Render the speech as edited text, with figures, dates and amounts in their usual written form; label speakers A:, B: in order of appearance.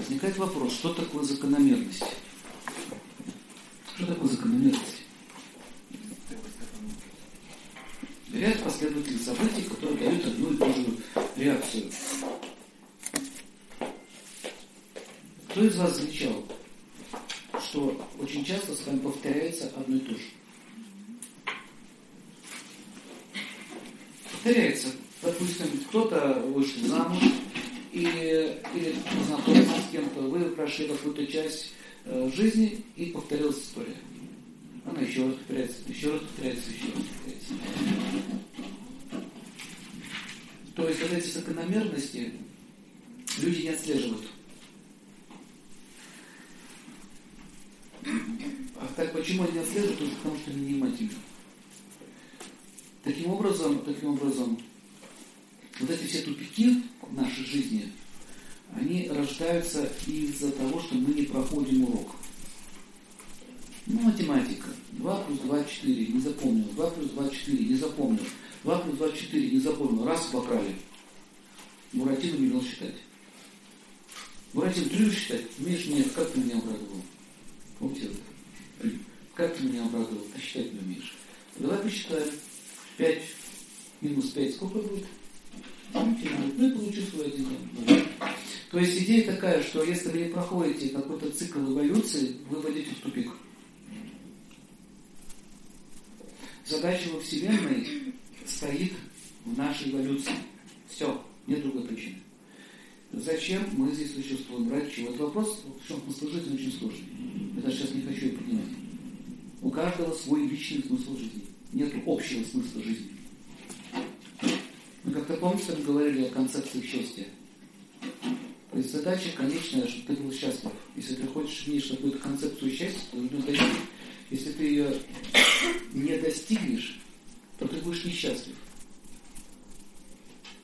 A: Возникает вопрос, что такое закономерность? Что такое закономерность? Ряд последовательных событий, которые дают одну и ту же реакцию. Кто из вас замечал, что очень часто с вами повторяется одно и то же? Повторяется. Допустим, кто-то вышел замуж, или знакомился с кем-то, вы прошли какую-то часть жизни, и повторилась история. Она еще раз повторяется, еще раз повторяется, еще раз повторяется. То есть вот эти закономерности люди не отслеживают. А так почему они не отслеживают? Только потому что они невнимательны. Таким образом, вот эти все тупики в нашей жизни, они рождаются из-за того, что мы не проходим урок. Математика. 2 плюс 2 – 4. Не запомнил. 2 плюс 2 – 4. Не запомнил. 2 плюс 2 – 4. Не запомнил. Раз обокрали. Буратино не умел считать. Буратино, ты любишь считать? Умеешь? Нет. Как ты меня обрадовал? Помните это? Как ты меня обрадовал? Ты считать не умеешь. Давай посчитаем. 5 минус 5 сколько будет? Ну и получил свой 1. То есть идея такая, что если вы не проходите какой-то цикл эволюции, вы войдете в тупик. Задача во Вселенной стоит в нашей эволюции. Все, нет другой причины. Зачем мы здесь существуем? Ради чего? Этот вопрос, в чем смысл жизни, очень сложный. Я даже сейчас не хочу его поднимать. У каждого свой личный смысл жизни. Нет общего смысла жизни. Мы как-то помните, мы говорили о концепции счастья. То есть задача конечная, чтобы ты был счастлив. Если ты хочешь иметь какую-то концепцию счастья, то нужно достичь. Если ты ее не достигнешь, то ты будешь несчастлив.